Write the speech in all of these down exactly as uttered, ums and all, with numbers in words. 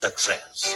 success.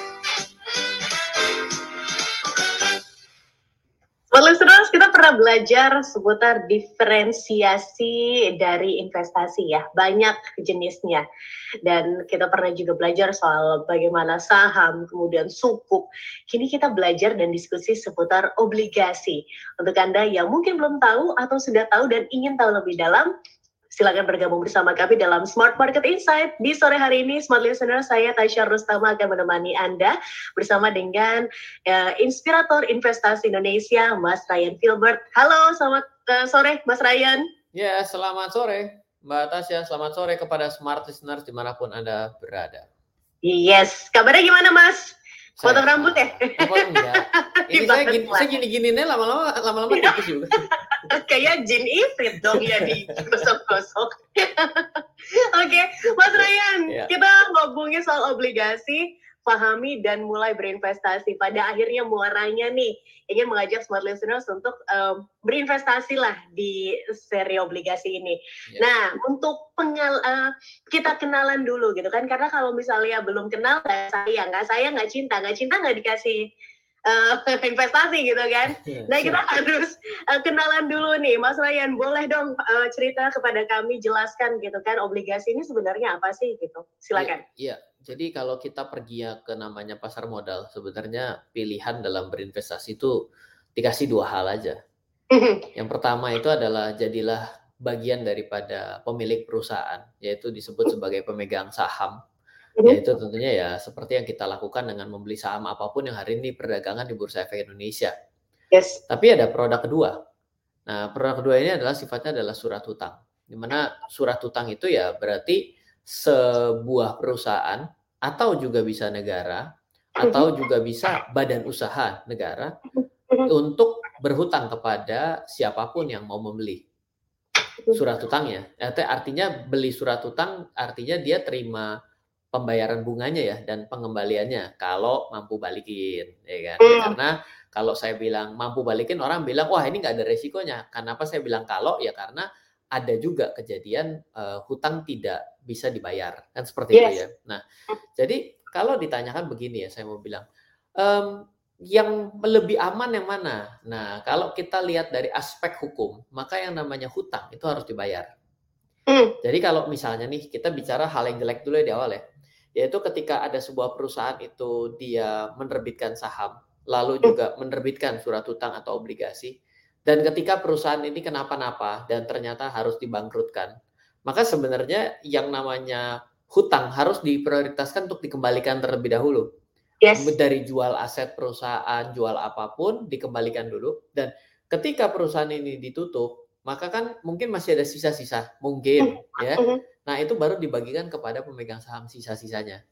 Well, listeners, kita pernah belajar seputar diferensiasi dari investasi ya, banyak jenisnya. Dan kita pernah juga belajar soal bagaimana saham, kemudian sukuk. Kini kita belajar dan diskusi seputar obligasi. Untuk Anda yang mungkin belum tahu atau sudah tahu dan ingin tahu lebih dalam, silakan bergabung bersama kami dalam Smart Market Insight. Di sore hari ini, Smart Listener, saya Tasya Rustama akan menemani Anda bersama dengan uh, Inspirator Investasi Indonesia, Mas Ryan Filbert. Halo, selamat uh, sore, Mas Ryan. Ya, selamat sore, Mbak Tasya. Selamat sore kepada Smart Listeners dimanapun Anda berada. Yes, kabarnya gimana, Mas? Potong rambut ya? Oh, enggak. Ini saya gini, saya gini-gininya lama-lama lama-lama tipis juga. Kayak jin ifrit dong ya di gosok-gosok. Oke, okay. Mas Ryan, yeah. Kita ngomongin soal obligasi, pahami dan mulai berinvestasi. Pada akhirnya muaranya nih, ingin mengajak Smart Listeners untuk um, berinvestasi lah di seri obligasi ini. Yeah. Nah, untuk pengal, uh, kita kenalan dulu gitu kan, karena kalau misalnya belum kenal, nggak sayang, nggak sayang, nggak cinta, nggak cinta nggak dikasih Uh, investasi gitu kan. Nah, kita harus uh, kenalan dulu nih, Mas Ryan. Boleh dong uh, cerita kepada kami, jelaskan gitu kan, obligasi ini sebenarnya apa sih gitu. Silakan. Iya, ya. Jadi kalau kita pergi ya ke namanya pasar modal, sebenarnya pilihan dalam berinvestasi itu dikasih dua hal aja. Yang pertama itu adalah jadilah bagian daripada pemilik perusahaan, yaitu disebut sebagai pemegang saham. Yaitu tentunya ya seperti yang kita lakukan dengan membeli saham apapun yang hari ini perdagangan di Bursa Efek Indonesia. Yes. Tapi ada produk kedua. Nah, produk kedua ini adalah sifatnya adalah surat hutang. Di mana surat hutang itu ya berarti sebuah perusahaan atau juga bisa negara atau juga bisa badan usaha negara untuk berhutang kepada siapapun yang mau membeli surat hutangnya. Artinya beli surat hutang artinya dia terima pembayaran bunganya ya dan pengembaliannya kalau mampu balikin, ya kan? Mm. Karena kalau saya bilang mampu balikin, orang bilang wah ini nggak ada resikonya. Kenapa saya bilang kalau? Ya karena ada juga kejadian uh, hutang tidak bisa dibayar, kan seperti yes. itu ya. Nah, jadi kalau ditanyakan begini ya, saya mau bilang um, yang lebih aman yang mana? Nah, kalau kita lihat dari aspek hukum, maka yang namanya hutang itu harus dibayar. Mm. Jadi kalau misalnya nih kita bicara hal yang jelek dulu ya di awal ya. Yaitu ketika ada sebuah perusahaan itu dia menerbitkan saham, lalu juga menerbitkan surat hutang atau obligasi, dan ketika perusahaan ini kenapa-napa dan ternyata harus dibangkrutkan, maka sebenarnya yang namanya hutang harus diprioritaskan untuk dikembalikan terlebih dahulu. Yes. Dari jual aset perusahaan, jual apapun, dikembalikan dulu. Dan ketika perusahaan ini ditutup, maka kan mungkin masih ada sisa-sisa, mungkin ya. Nah, itu baru dibagikan kepada pemegang saham sisa-sisanya.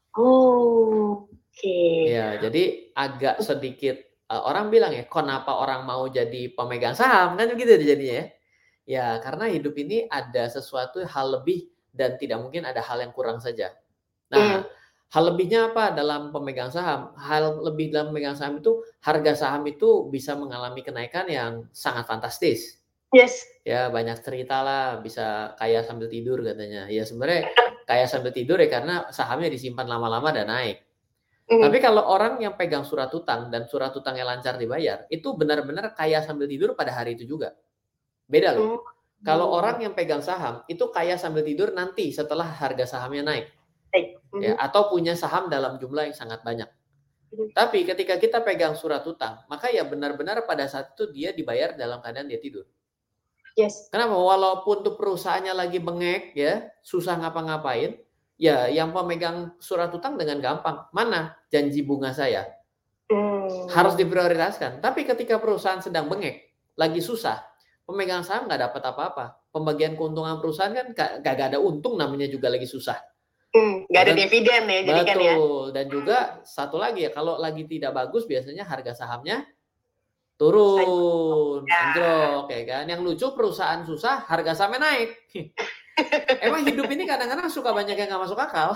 Oh, oke. Okay. Ya, jadi agak sedikit uh, orang bilang ya, kenapa orang mau jadi pemegang saham? Kan begitu jadinya ya. Ya, karena hidup ini ada sesuatu hal lebih dan tidak mungkin ada hal yang kurang saja. Nah, hmm. hal lebihnya apa dalam pemegang saham? Hal lebih dalam pemegang saham itu harga saham itu bisa mengalami kenaikan yang sangat fantastis. Yes. Ya banyak cerita lah, bisa kaya sambil tidur katanya. Ya sebenarnya kaya sambil tidur ya karena sahamnya disimpan lama-lama dan naik. Mm. Tapi kalau orang yang pegang surat hutang dan surat hutangnya lancar dibayar, itu benar-benar kaya sambil tidur pada hari itu juga. Beda loh. Mm. Kalau orang yang pegang saham, itu kaya sambil tidur nanti setelah harga sahamnya naik. Mm. Ya, atau punya saham dalam jumlah yang sangat banyak. Mm. Tapi ketika kita pegang surat hutang, maka ya benar-benar pada saat itu dia dibayar dalam keadaan dia tidur. Yes. Kenapa? Walaupun tuh perusahaannya lagi bengek ya, susah ngapa-ngapain, ya yang pemegang surat hutang dengan gampang. Mana janji bunga saya? Hmm. Harus diprioritaskan. Tapi ketika perusahaan sedang bengek, lagi susah, pemegang saham nggak dapat apa-apa. Pembagian keuntungan perusahaan kan gak ada untung, namanya juga lagi susah. Hmm, gak ada dan, dividen ya, jadi kan ya. Betul. Dan juga satu lagi ya, kalau lagi tidak bagus biasanya harga sahamnya turun, anjlok ya kan. Yang lucu perusahaan susah, harga sahamnya naik. Emang hidup ini kadang-kadang suka banyak yang nggak masuk akal.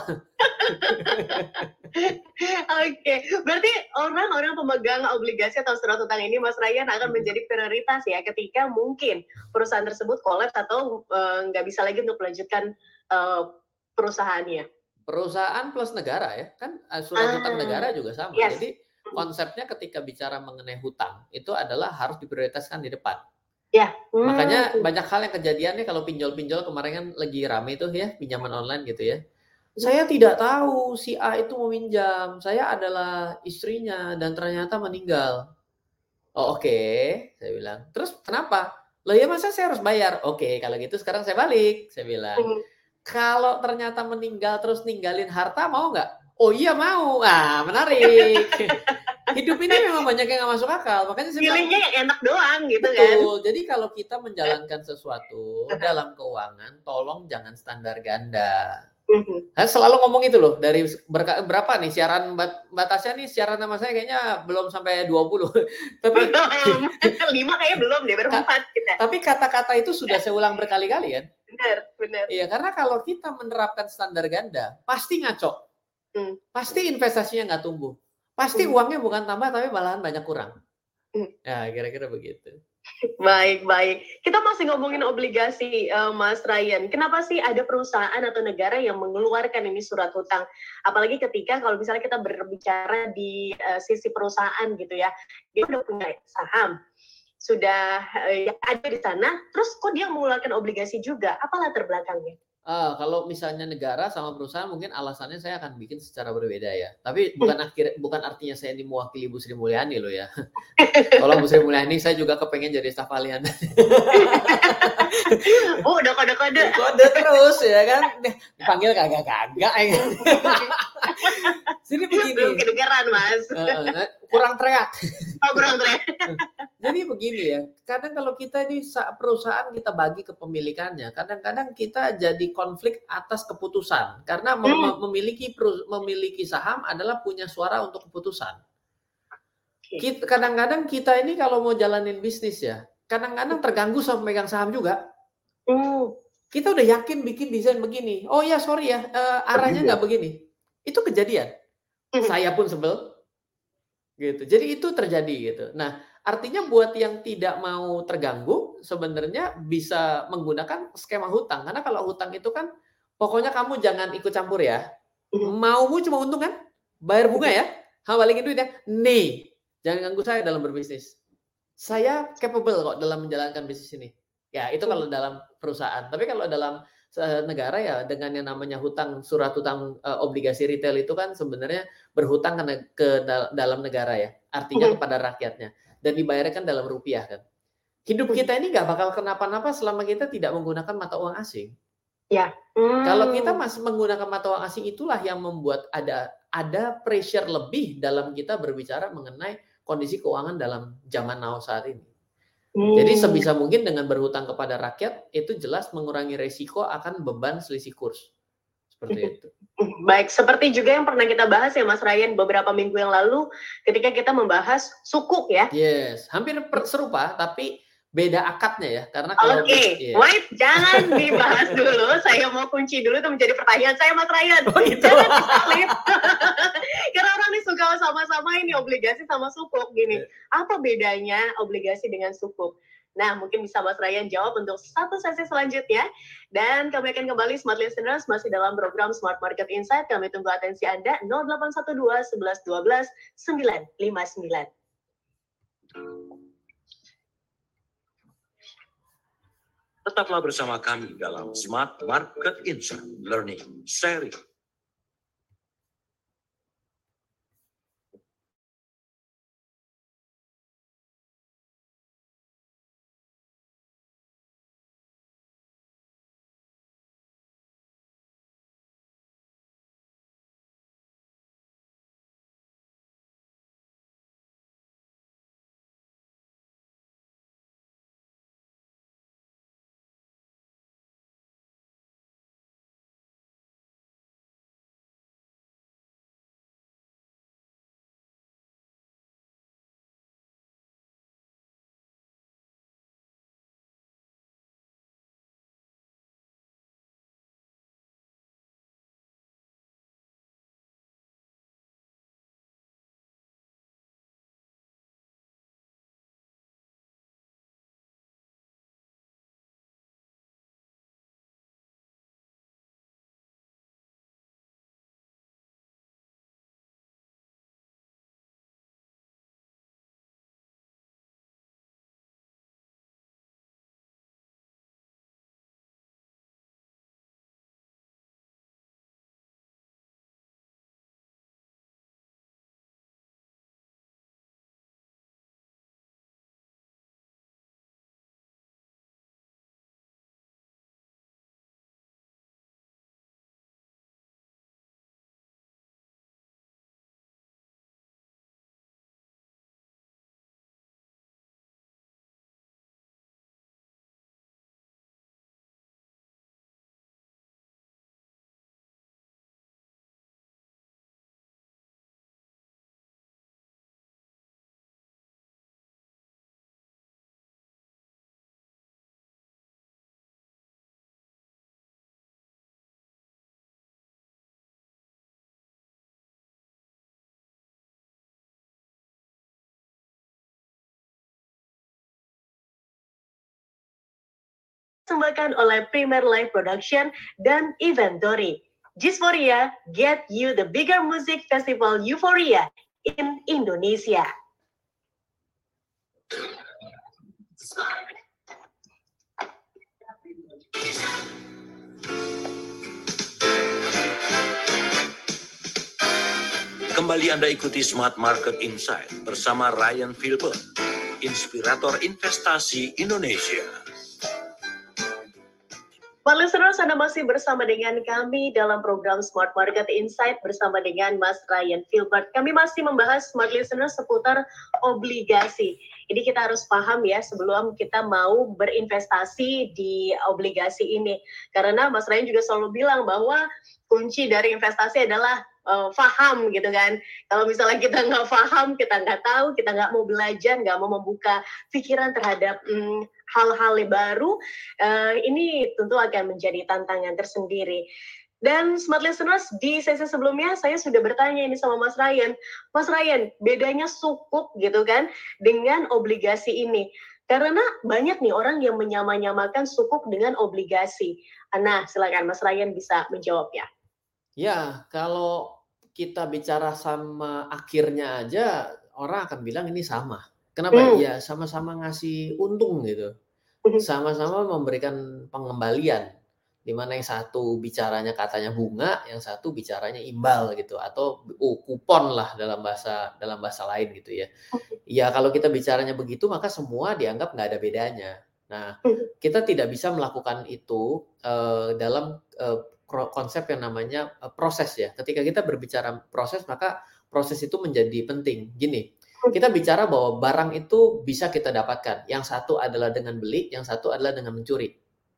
Oke, okay. Berarti orang-orang pemegang obligasi atau surat hutang ini, Mas Ryan, akan menjadi prioritas ya ketika mungkin perusahaan tersebut kolaps atau nggak uh, bisa lagi untuk melanjutkan uh, perusahaannya. Perusahaan plus negara ya, kan eee, surat hutang Ah, negara juga sama. yes. Jadi Mhm. konsepnya ketika bicara mengenai hutang, itu adalah harus diprioritaskan di depan. Ya, mmm, Makanya banyak hal yang kejadiannya kalau pinjol-pinjol kemarin kan lagi rame tuh ya, pinjaman online gitu ya. mhm. Saya tidak tahu si A itu meminjam, saya adalah istrinya dan ternyata meninggal. "Oh oke," saya bilang, "terus kenapa?" "Loh ya masa saya harus bayar?" "Oke kalau gitu sekarang saya balik," saya bilang. Mhm. "Kalau ternyata meninggal terus ninggalin harta mau nggak?" "Oh iya mau." Nah menarik. Hidup ini memang banyak yang nggak masuk akal, makanya saya bilang Pilihnya yang enak doang gitu kan? betul, jadi kalau kita menjalankan sesuatu Heeh. dalam keuangan, tolong jangan standar ganda. Mhm. Saya selalu ngomong itu loh, dari berka berapa nih siaran Mbak Mbak Tasya nih siaran sama saya kayaknya belum sampai dua puluh. Tapi Belum, lima kayaknya belum deh, baru ka empat kita. tapi kata-kata itu sudah saya ulang berkali-kali kan. Bener bener. Iya, karena kalau kita menerapkan standar ganda, pasti ngaco, Mmm, pasti investasinya nggak tumbuh, pasti mhm, uangnya bukan tambah tapi malahan banyak kurang. mhm. Nah, kira-kira begitu. Baik baik. Kita masih ngomongin obligasi, eee, Mas Ryan. Kenapa sih ada perusahaan atau negara yang mengeluarkan ini surat hutang? Apalagi ketika kalau misalnya kita berbicara di, eee, sisi perusahaan gitu ya, dia udah punya saham, sudah, eee, yang ada di sana, terus kok dia mengeluarkan obligasi juga? Apa latar belakangnya? Ah, kalau misalnya negara sama perusahaan mungkin alasannya saya akan bikin secara berbeda ya. Tapi Mmm. bukan akhir bukan artinya saya ini mewakili Bu Sri Mulyani loh ya. Tolong Bu Sri Mulyani, saya juga kepengen jadi staf kalian. Oh, udah kode-kode. Kode terus ya kan, dipanggil kagak-kagak ya. Jadi begini, Belum kedengeran, Mas. heeh, nah, kurang teriak. Oh, kurang keren. Jadi begini ya, kadang kalau kita ini sa perusahaan kita bagi kepemilikannya, kadang-kadang kita jadi konflik atas keputusan, karena mem Mmm, mem memiliki perus memiliki saham adalah punya suara untuk keputusan. oke. Kit kadang-kadang kita ini kalau mau jalanin bisnis ya, kadang-kadang terganggu sama pemegang saham juga. Mmm, Kita udah yakin bikin desain begini, "Oh ya sorry ya, eee, arahnya nggak begini." Itu kejadian. mhm, Saya pun sebel, gitu. Jadi itu terjadi gitu. Nah, artinya buat yang tidak mau terganggu, sebenarnya bisa menggunakan skema hutang. Karena kalau hutang itu kan, pokoknya kamu jangan ikut campur ya. mhm, Maumu cuma untung kan? Bayar bunga mhm, ya? Ha, balikin duit ya? Nih, jangan ganggu saya dalam berbisnis. Saya capable kok dalam menjalankan bisnis ini. Ya itu mhm, kalau dalam perusahaan. Tapi kalau dalam eee, negara ya dengan yang namanya hutang, surat hutang, eee, obligasi retail itu kan sebenarnya berhutang ke neg ke dal dalam negara ya, artinya mhm, kepada rakyatnya dan dibayarnya kan dalam rupiah kan. Hidup mhm. kita ini nggak bakal kenapa-napa selama kita tidak menggunakan mata uang asing. Ya, Kalau kita mmm, masih menggunakan mata uang asing itulah yang membuat ada ada pressure lebih dalam kita berbicara mengenai kondisi keuangan dalam zaman now saat ini. Jadi mmm, sebisa mungkin dengan berhutang kepada rakyat, itu jelas mengurangi resiko akan beban selisih kurs, seperti mhm, itu. mhm. Baik, seperti juga yang pernah kita bahas ya, Mas Ryan, beberapa minggu yang lalu ketika kita membahas sukuk ya. Yes, hampir per serupa tapi beda akadnya ya, karena kalau Oke, bis iya. wait, jangan dibahas dulu. Saya mau kunci dulu itu menjadi pertanyaan saya, Mas Ryan. Oh gitu? Jangan disalip. Karena orang nih suka sama-sama ini obligasi sama sukuk gini. Iya. Apa bedanya obligasi dengan sukuk? Nah, mungkin bisa Mas Ryan jawab untuk satu sesi selanjutnya. Dan kami akan kembali Smart Listeners masih dalam program Smart Market Insight. Kami tunggu atensi Anda nol delapan satu dua sebelas dua belas sembilan lima sembilan. Tetaplah bersama kami dalam Smart Market Insight Learning Sharing. dipersembahkan oleh Premier Live Production dan Inventory. Gisforia, get you the bigger music festival euphoria in Indonesia. Kembali Anda ikuti Smart Market Insight bersama Ryan Filbert, inspirator investasi Indonesia. Para listeners, Anda masih bersama dengan kami dalam program Smart Market Insight bersama dengan Mas Ryan Filbert. Kami masih membahas Smart Listeners seputar obligasi. Jadi kita harus paham ya sebelum kita mau berinvestasi di obligasi ini. Karena Mas Ryan juga selalu bilang bahwa kunci dari investasi adalah uh, paham gitu kan. Kalau misalnya kita nggak paham, kita nggak tahu, kita nggak mau belajar, nggak mau membuka pikiran terhadap hmm, hal-hal yang baru, uh, ini tentu akan menjadi tantangan tersendiri. Dan Smart Listeners, di sesi sebelumnya saya sudah bertanya ini sama Mas Ryan. Mas Ryan, bedanya sukuk gitu kan dengan obligasi ini. Karena banyak nih orang yang menyamanyamakan sukuk dengan obligasi. Nah, silakan Mas Ryan bisa menjawabnya. Ya, kalau kita bicara sama akhirnya aja, orang akan bilang ini sama. Kenapa? Hmm. Ya sama-sama ngasih untung gitu. Sama-sama memberikan pengembalian. Di mana yang satu bicaranya katanya bunga, yang satu bicaranya imbal gitu, atau oh, kupon lah dalam bahasa dalam bahasa lain gitu ya. Ya kalau kita bicaranya begitu, maka semua dianggap nggak ada bedanya. Nah, kita tidak bisa melakukan itu uh, dalam uh, konsep yang namanya uh, proses ya. Ketika kita berbicara proses, maka proses itu menjadi penting. Gini, kita bicara bahwa barang itu bisa kita dapatkan. Yang satu adalah dengan beli, yang satu adalah dengan mencuri.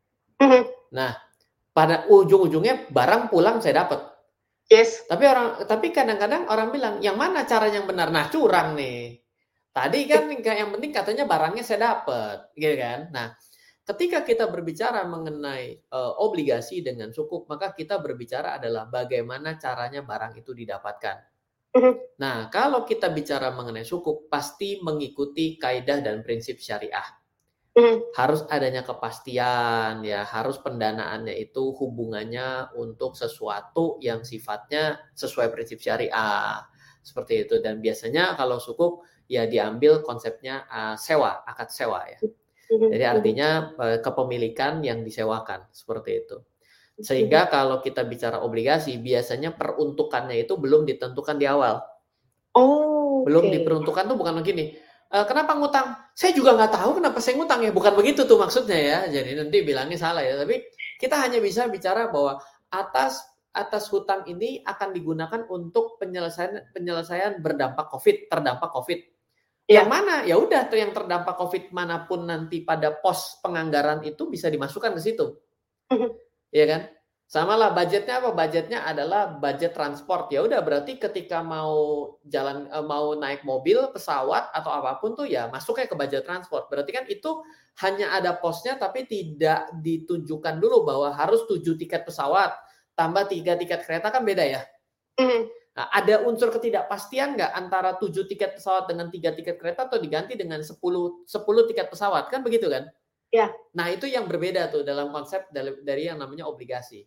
Nah, pada ujung-ujungnya barang pulang saya dapat. Yes. Tapi orang, tapi kadang-kadang orang bilang, yang mana cara yang benar? Nah, curang nih. Tadi kan yang penting katanya barangnya saya dapat, gitu kan? Nah, ketika kita berbicara mengenai uh, obligasi dengan sukuk, maka kita berbicara adalah bagaimana caranya barang itu didapatkan. Nah, kalau kita bicara mengenai sukuk, pasti mengikuti kaidah dan prinsip syariah. Harus adanya kepastian, ya, harus pendanaannya itu hubungannya untuk sesuatu yang sifatnya sesuai prinsip syariah. Seperti itu. Dan biasanya kalau sukuk, ya diambil konsepnya uh, sewa, akad sewa ya. Jadi artinya uh, kepemilikan yang disewakan, seperti itu. Sehingga kalau kita bicara obligasi, biasanya peruntukannya itu belum ditentukan di awal. Oh, belum okay. Diperuntukkan tuh bukan begini. E, kenapa ngutang? Saya juga nggak tahu kenapa saya ngutang ya. Bukan begitu tuh maksudnya ya. Jadi nanti bilangnya salah ya. Tapi kita hanya bisa bicara bahwa atas atas hutang ini akan digunakan untuk penyelesaian penyelesaian berdampak COVID, terdampak COVID. Ya. Yang mana? Ya udah tuh yang terdampak COVID manapun nanti pada pos penganggaran itu bisa dimasukkan ke situ. Iya kan? Sama lah budgetnya apa? Budgetnya adalah budget transport. Ya udah berarti ketika mau jalan mau naik mobil, pesawat atau apapun tuh ya masuknya ke budget transport. Berarti kan itu hanya ada posnya tapi tidak ditunjukkan dulu bahwa harus tujuh tiket pesawat tambah tiga tiket kereta, kan beda ya. Nah, ada unsur ketidakpastian nggak antara tujuh tiket pesawat dengan tiga tiket kereta atau diganti dengan sepuluh tiket pesawat, kan begitu kan? Ya. Nah, itu yang berbeda tuh dalam konsep dari yang namanya obligasi.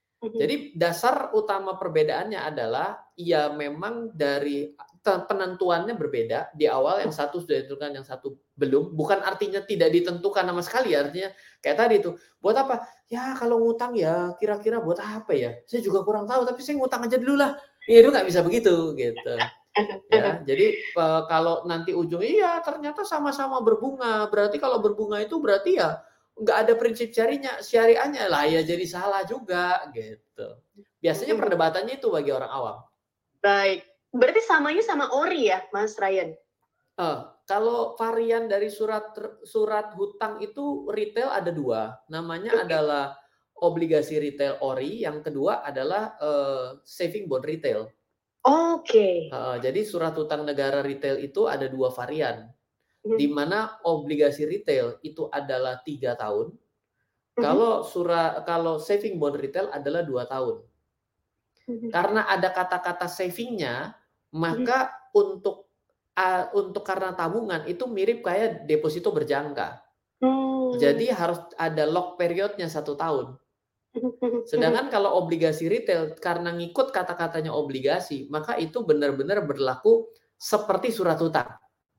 Jadi dasar utama perbedaannya adalah ya memang dari penentuannya berbeda. Di awal yang satu sudah ditentukan, yang satu belum. Bukan artinya tidak ditentukan sama sekali, artinya kayak tadi tuh, buat apa? Ya kalau ngutang ya kira-kira buat apa ya? Saya juga kurang tahu, tapi saya ngutang aja dulu lah. Ya itu nggak bisa begitu gitu. Ya, jadi kalau nanti ujungnya ya ternyata sama-sama berbunga. Berarti kalau berbunga itu berarti ya nggak ada prinsip syariahnya, syariahnya lah ya jadi salah juga gitu. Biasanya perdebatannya itu bagi orang awam. Baik, berarti samanya sama ori ya, Mas Ryan? Uh, kalau varian dari surat surat hutang itu retail ada dua, namanya okay. adalah obligasi retail ori, yang kedua adalah uh, saving bond retail. Oke. Okay. Uh, jadi surat hutang negara retail itu ada dua varian. Di mana obligasi retail itu adalah tiga tahun, mm-hmm. kalau surat kalau saving bond retail adalah dua tahun. Mm-hmm. Karena ada kata-kata savingnya, maka mm-hmm. untuk uh, untuk karena tabungan itu mirip kayak deposito berjangka. Mm-hmm. Jadi harus ada lock periodnya satu tahun. Sedangkan kalau obligasi retail, karena ngikut kata-katanya obligasi, maka itu benar-benar berlaku seperti surat hutang.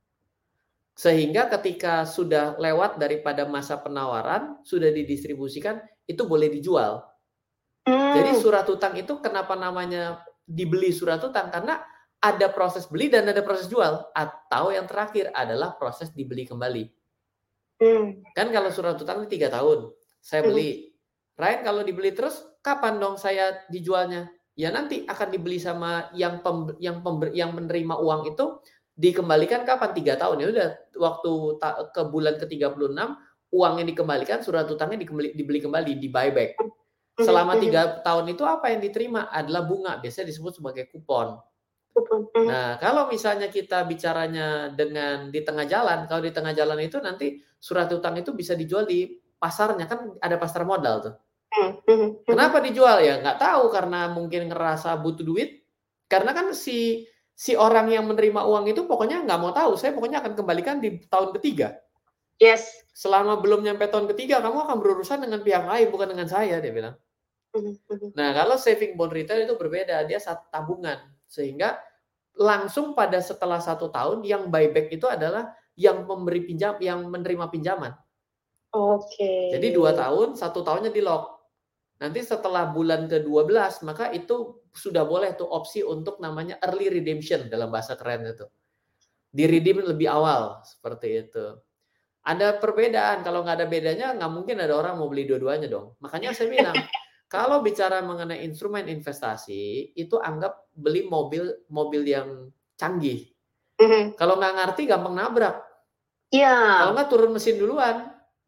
Sehingga ketika sudah lewat daripada masa penawaran, sudah didistribusikan, itu boleh dijual. Jadi surat hutang itu kenapa namanya dibeli surat hutang? Karena ada proses beli dan ada proses jual. Atau yang terakhir adalah proses dibeli kembali. Kan kalau surat hutang tiga tahun, saya beli. Ryan kalau dibeli terus, kapan dong saya dijualnya? Ya nanti akan dibeli sama yang pem, yang pember, yang menerima uang itu dikembalikan kapan? Tiga tahun. Ya udah, waktu ta, ke bulan ke tiga puluh enam uang yang dikembalikan, surat hutangnya dikembali, dibeli kembali, di buyback. Selama tiga tahun itu apa yang diterima adalah bunga, biasanya disebut sebagai kupon. Nah, kalau misalnya kita bicaranya dengan di tengah jalan, kalau di tengah jalan itu nanti surat hutang itu bisa dijual di pasarnya, kan ada pasar modal tuh. Kenapa dijual? Ya nggak tahu, karena mungkin ngerasa butuh duit. Karena kan si si orang yang menerima uang itu pokoknya nggak mau tahu, saya pokoknya akan kembalikan di tahun ketiga. Yes. Selama belum nyampe tahun ketiga, kamu akan berurusan dengan pihak lain, bukan dengan saya, dia bilang. Nah, kalau saving bond retail itu berbeda, dia satu tabungan. Sehingga langsung pada setelah satu tahun, yang buyback itu adalah yang memberi pinjam, yang menerima pinjaman. Oke. Okay. Jadi dua tahun, satu tahunnya di lock. Nanti setelah bulan ke dua belas, maka itu sudah boleh tuh opsi untuk namanya early redemption dalam bahasa keren itu. Di-redeem lebih awal, seperti itu. Ada perbedaan, kalau nggak ada bedanya, nggak mungkin ada orang mau beli dua-duanya dong. Makanya saya bilang, kalau bicara mengenai instrumen investasi, itu anggap beli mobil mobil yang canggih. Mm-hmm. Kalau nggak ngerti, gampang nabrak. Iya. Yeah. Kalau nggak turun mesin duluan.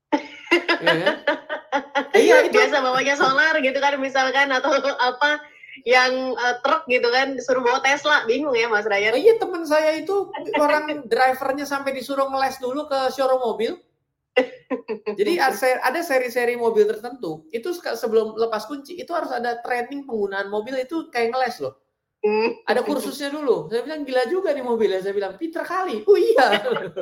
Ya, iya, itu biasa bawanya solar gitu kan misalkan, atau apa yang uh, truk gitu kan disuruh bawa Tesla, bingung ya Mas Ryan. Oh, iya, teman saya itu orang drivernya sampai disuruh ngeles dulu ke showroom mobil. Jadi ada seri-seri mobil tertentu itu sebelum lepas kunci itu harus ada training penggunaan mobil, itu kayak ngeles loh. Ada kursusnya dulu. Saya bilang gila juga nih mobilnya. Saya bilang pinter kali. Oh iya.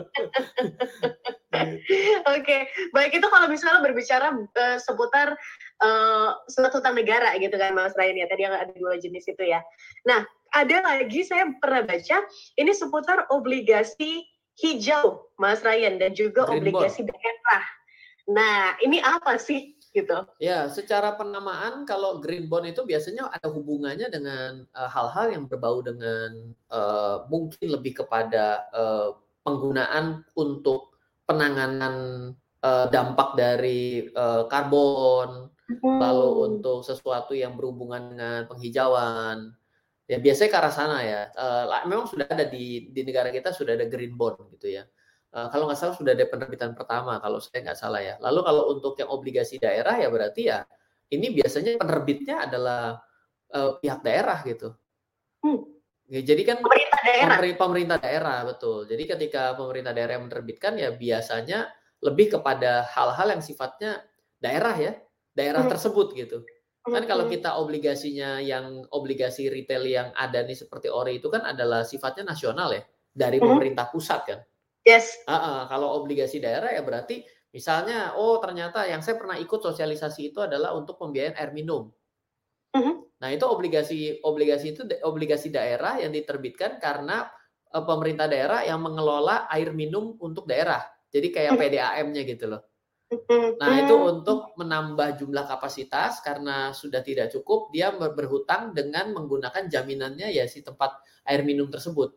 Oke, okay. Baik, itu kalau misalnya berbicara uh, seputar uh, surat hutang negara gitu kan Mas Ryan ya. Tadi ada dua jenis itu ya. Nah, ada lagi saya pernah baca ini seputar obligasi hijau Mas Ryan dan juga Green obligasi bond. Daerah. Nah, ini apa sih gitu? Ya, secara penamaan kalau green bond itu biasanya ada hubungannya dengan uh, hal-hal yang berbau dengan uh, mungkin lebih kepada uh, penggunaan untuk penanganan uh, dampak dari uh, karbon, hmm. lalu untuk sesuatu yang berhubungan dengan penghijauan. Ya biasanya ke arah sana ya. Uh, memang sudah ada di di negara kita, sudah ada green bond gitu ya. Uh, kalau nggak salah sudah ada penerbitan pertama, kalau saya nggak salah ya. Lalu kalau untuk yang obligasi daerah ya berarti ya ini biasanya penerbitnya adalah uh, pihak daerah gitu. Hmm. Ya, jadi kan pemerintah daerah. pemerintah daerah, betul. Jadi ketika pemerintah daerah yang menerbitkan ya biasanya lebih kepada hal-hal yang sifatnya daerah ya, daerah hmm. tersebut gitu. Kan kalau kita obligasinya yang obligasi retail yang ada nih seperti O R I itu kan adalah sifatnya nasional ya, dari hmm. pemerintah pusat kan. Yes. Uh, uh, kalau obligasi daerah ya berarti misalnya, oh ternyata yang saya pernah ikut sosialisasi itu adalah untuk pembiayaan air minum. Uh-huh. Nah itu obligasi obligasi itu obligasi daerah yang diterbitkan karena uh, pemerintah daerah yang mengelola air minum untuk daerah. Jadi kayak P D A M-nya gitu loh. Nah itu untuk menambah jumlah kapasitas karena sudah tidak cukup, dia berhutang dengan menggunakan jaminannya ya si tempat air minum tersebut.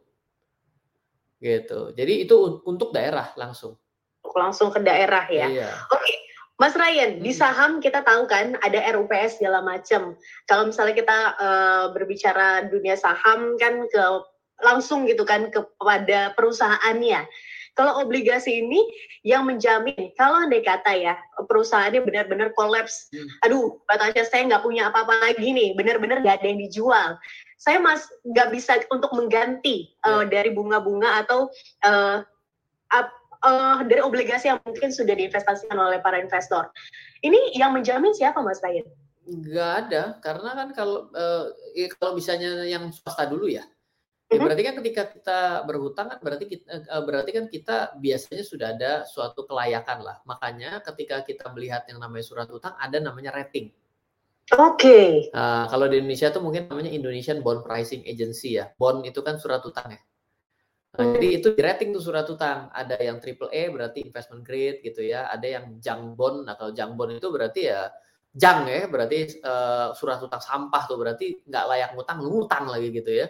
Gitu. Jadi itu untuk daerah langsung. Langsung ke daerah ya. Iya. Oke, Mas Ryan, di saham kita tahu kan ada R U P S segala macam. Kalau misalnya kita uh, berbicara dunia saham kan ke langsung gitu kan kepada perusahaannya. Kalau obligasi ini yang menjamin, kalau andai kata ya perusahaannya benar-benar kolaps, hmm. aduh, katanya saya nggak punya apa-apa lagi nih, benar-benar nggak ada yang dijual. Saya mas nggak bisa untuk mengganti uh, yeah. dari bunga-bunga atau uh, up, uh, dari obligasi yang mungkin sudah diinvestasikan oleh para investor. Ini yang menjamin siapa Mas Ryan? Nggak ada, karena kan kalau uh, kalau misalnya yang swasta dulu ya, Ya berarti kan ketika kita berhutang kan berarti kita, eee, berarti kan kita biasanya sudah ada suatu kelayakan lah. Makanya ketika kita melihat yang namanya surat hutang ada namanya rating. Oke. Eee, kalau di Indonesia tuh mungkin namanya Indonesian Bond Pricing Agency ya. Bond itu kan surat hutang ya. Nah, jadi Mmm. itu di-rating tuh surat hutang. Ada yang triple A berarti investment grade gitu ya. Ada yang junk bond atau junk bond itu berarti ya junk ya, berarti eee, surat hutang sampah tuh berarti nggak layak ngutang, lu ngutang lagi gitu ya.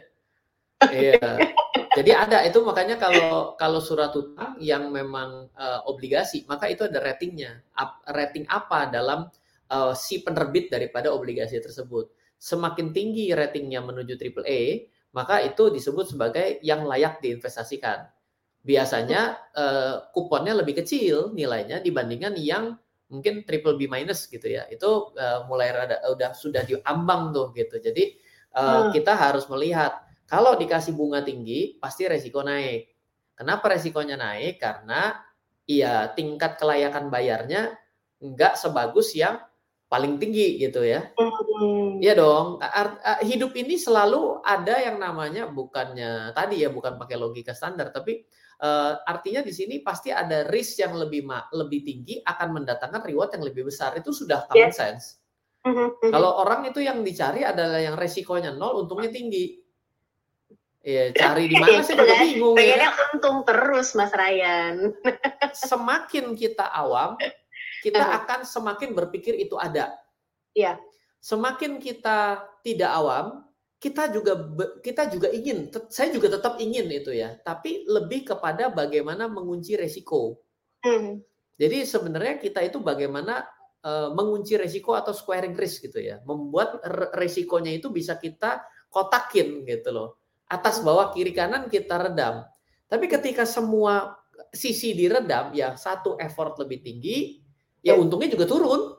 Iya. Jadi ada itu makanya kalau kalau surat hutang yang memang, eee, obligasi, maka itu ada ratingnya. Ap rating apa dalam, eee, si penerbit daripada obligasi tersebut. Semakin tinggi ratingnya menuju triple A, maka itu disebut sebagai yang layak diinvestasikan. Biasanya, eee, kuponnya lebih kecil nilainya dibandingkan yang mungkin triple B minus gitu ya. Itu, eee, mulai rada udah sudah diambang tuh gitu. Jadi, eee, Oh. kita harus melihat kalau dikasih bunga tinggi pasti resiko naik. Kenapa resikonya naik? Karena ya tingkat kelayakan bayarnya nggak sebagus yang paling tinggi gitu ya. Mmm. Iya dong, a art a hidup ini selalu ada yang namanya bukannya tadi ya, bukan pakai logika standar, tapi, eee, artinya di sini pasti ada risk yang lebih ma lebih tinggi akan mendatangkan reward yang lebih besar, itu sudah Ya. common sense. Mhm mhm. Kalau orang itu yang dicari adalah yang resikonya nol, untungnya tinggi. Iya, cari di mana Itu saya juga kan, bingung ya pengennya kan. untung terus Mas Ryan. Semakin kita awam, kita Heeh. akan semakin berpikir itu ada. Iya. Semakin kita tidak awam, kita juga be kita juga ingin, tet saya juga tetap ingin itu ya, tapi lebih kepada bagaimana mengunci resiko. Mhm. Jadi sebenarnya kita itu bagaimana, eee, mengunci resiko atau squaring risk gitu ya, membuat re resikonya itu bisa kita kotakin gitu loh. Atas, Mmm. bawah, kiri, kanan kita redam. Tapi Mhm. ketika semua sisi diredam, ya satu effort lebih tinggi, ya Ya. untungnya juga turun.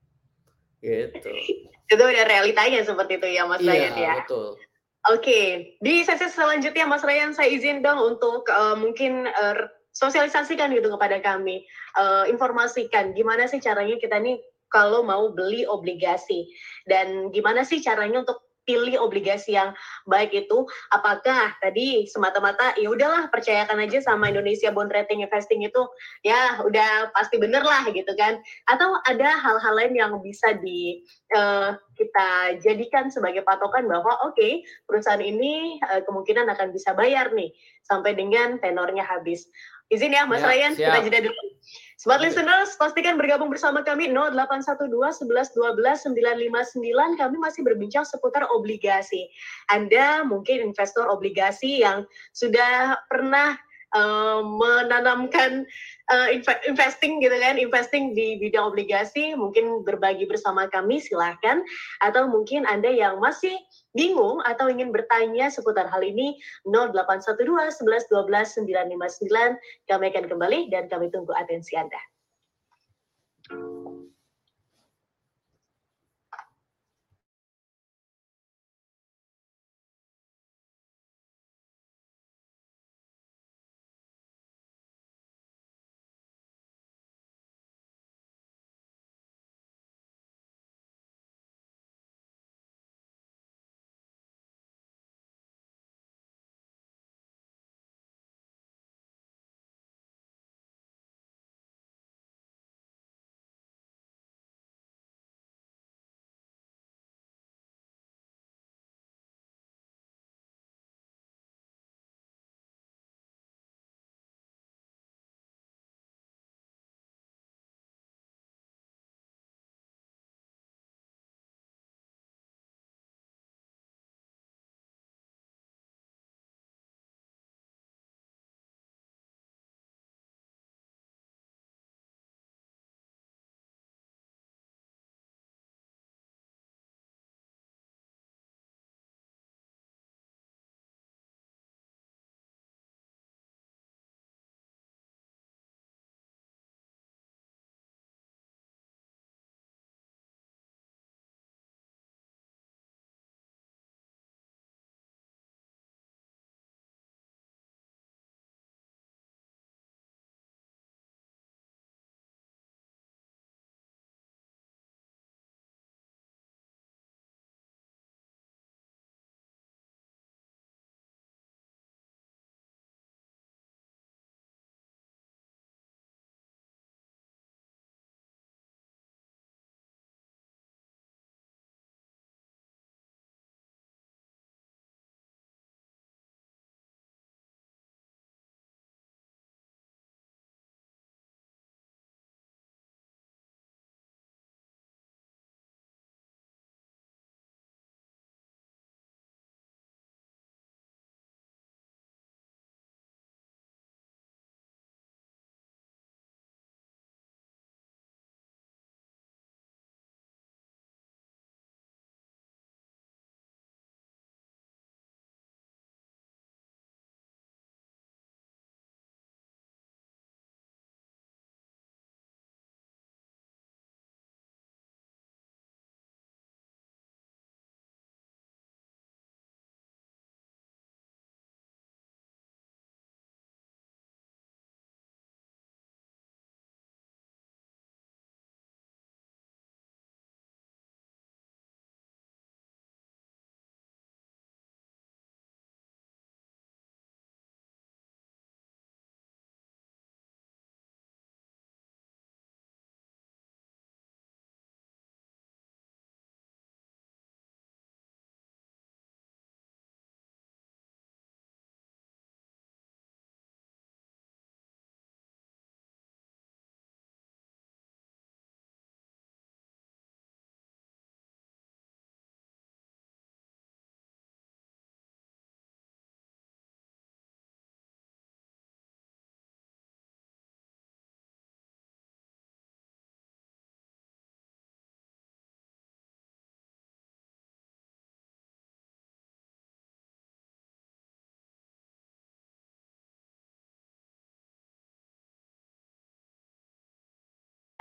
Gitu. Itu udah realitanya seperti itu ya Mas Ryan Iya, ya. betul. Oke, di sesi selanjutnya Mas Ryan saya izin dong untuk, eee, mungkin, er sosialisasikan gitu kepada kami, eee, informasikan gimana sih caranya kita nih kalau mau beli obligasi, dan gimana sih caranya untuk pilih obligasi yang baik itu, apakah tadi semata-mata, ya udahlah percayakan aja sama Indonesia Bond Rating Investing itu, ya udah pasti bener lah gitu kan, atau ada hal-hal lain yang bisa di eee, kita jadikan sebagai patokan bahwa oke, perusahaan ini, eee, kemungkinan akan bisa bayar nih, sampai dengan tenornya habis. Izin ya Mas Ya, Ryan, kita jeda siap. dulu. Smart Oke. listeners, pastikan bergabung bersama kami nol delapan satu dua sebelas dua belas sembilan lima sembilan, kami masih berbincang seputar obligasi. Anda mungkin investor obligasi yang sudah pernah, eee, menanamkan, eee, inve investing gitu kan, investing di bidang obligasi, mungkin berbagi bersama kami silahkan, atau mungkin Anda yang masih bingung atau ingin bertanya seputar hal ini, nol delapan satu dua sebelas dua belas sembilan lima sembilan, kami akan kembali dan kami tunggu atensi Anda.